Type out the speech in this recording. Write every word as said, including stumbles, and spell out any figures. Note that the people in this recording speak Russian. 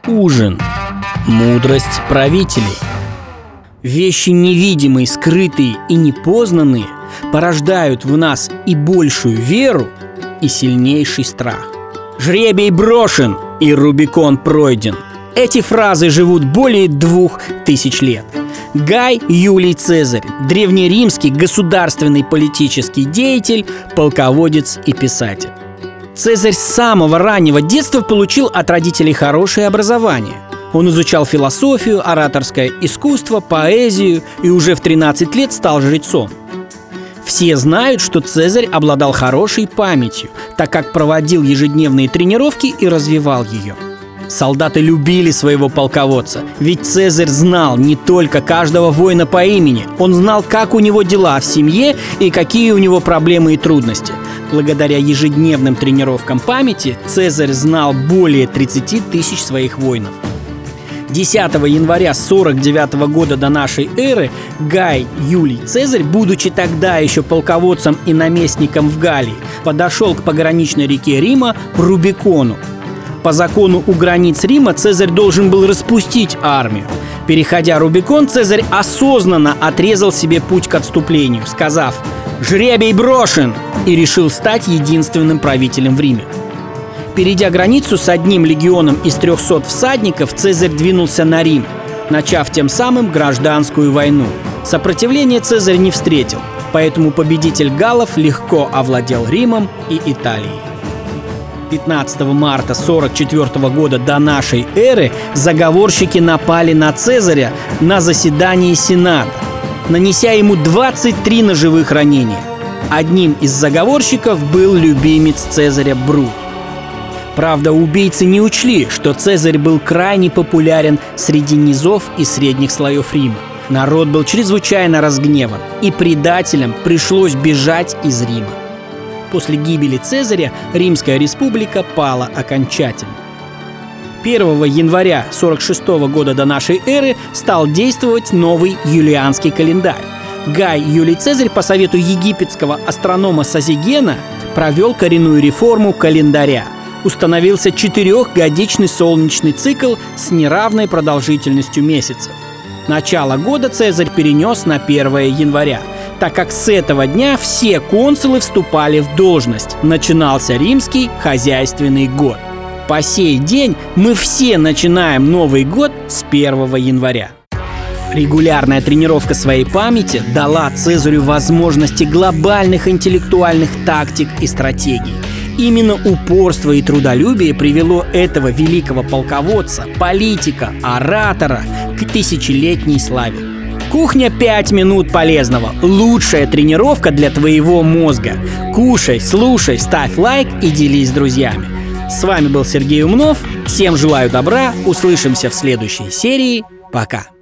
Ужин. Мудрость правителей. Вещи невидимые, скрытые и непознанные порождают в нас и большую веру, и сильнейший страх. Жребий брошен, и Рубикон пройден. Эти фразы живут более двух тысяч лет. Гай Юлий Цезарь, древнеримский государственный политический деятель, полководец и писатель. Цезарь с самого раннего детства получил от родителей хорошее образование. Он изучал философию, ораторское искусство, поэзию и уже в тринадцать лет стал жрецом. Все знают, что Цезарь обладал хорошей памятью, так как проводил ежедневные тренировки и развивал ее. Солдаты любили своего полководца, ведь Цезарь знал не только каждого воина по имени, он знал, как у него дела в семье и какие у него проблемы и трудности. Благодаря ежедневным тренировкам памяти Цезарь знал более тридцати тысяч своих воинов. десятого января сорок девятого года до нашей эры Гай Юлий Цезарь, будучи тогда еще полководцем и наместником в Галлии, подошел к пограничной реке Рима Рубикону. По закону у границ Рима Цезарь должен был распустить армию. Переходя Рубикон, Цезарь осознанно отрезал себе путь к отступлению, сказав «Жребий брошен!» и решил стать единственным правителем в Риме. Перейдя границу с одним легионом из трехсот всадников, Цезарь двинулся на Рим, начав тем самым гражданскую войну. Сопротивления Цезарь не встретил, поэтому победитель галлов легко овладел Римом и Италией. пятнадцатого марта сорок четвёртого года до нашей эры заговорщики напали на Цезаря на заседании Сената, нанеся ему двадцать три ножевых ранения. Одним из заговорщиков был любимец Цезаря Брут. Правда, убийцы не учли, что Цезарь был крайне популярен среди низов и средних слоев Рима. Народ был чрезвычайно разгневан, и предателям пришлось бежать из Рима. После гибели Цезаря Римская республика пала окончательно. первого января сорок шестого года до нашей эры стал действовать новый юлианский календарь. Гай Юлий Цезарь по совету египетского астронома Созигена провел коренную реформу календаря. Установился четырехгодичный солнечный цикл с неравной продолжительностью месяцев. Начало года Цезарь перенес на первое января, так как с этого дня все консулы вступали в должность. Начинался римский хозяйственный год. По сей день мы все начинаем Новый год с первого января. Регулярная тренировка своей памяти дала Цезарю возможности глобальных интеллектуальных тактик и стратегий. Именно упорство и трудолюбие привело этого великого полководца, политика, оратора к тысячелетней славе. Кухня пять минут полезного. Лучшая тренировка для твоего мозга. Кушай, слушай, ставь лайк и делись с друзьями. С вами был Сергей Умнов. Всем желаю добра. Услышимся в следующей серии. Пока.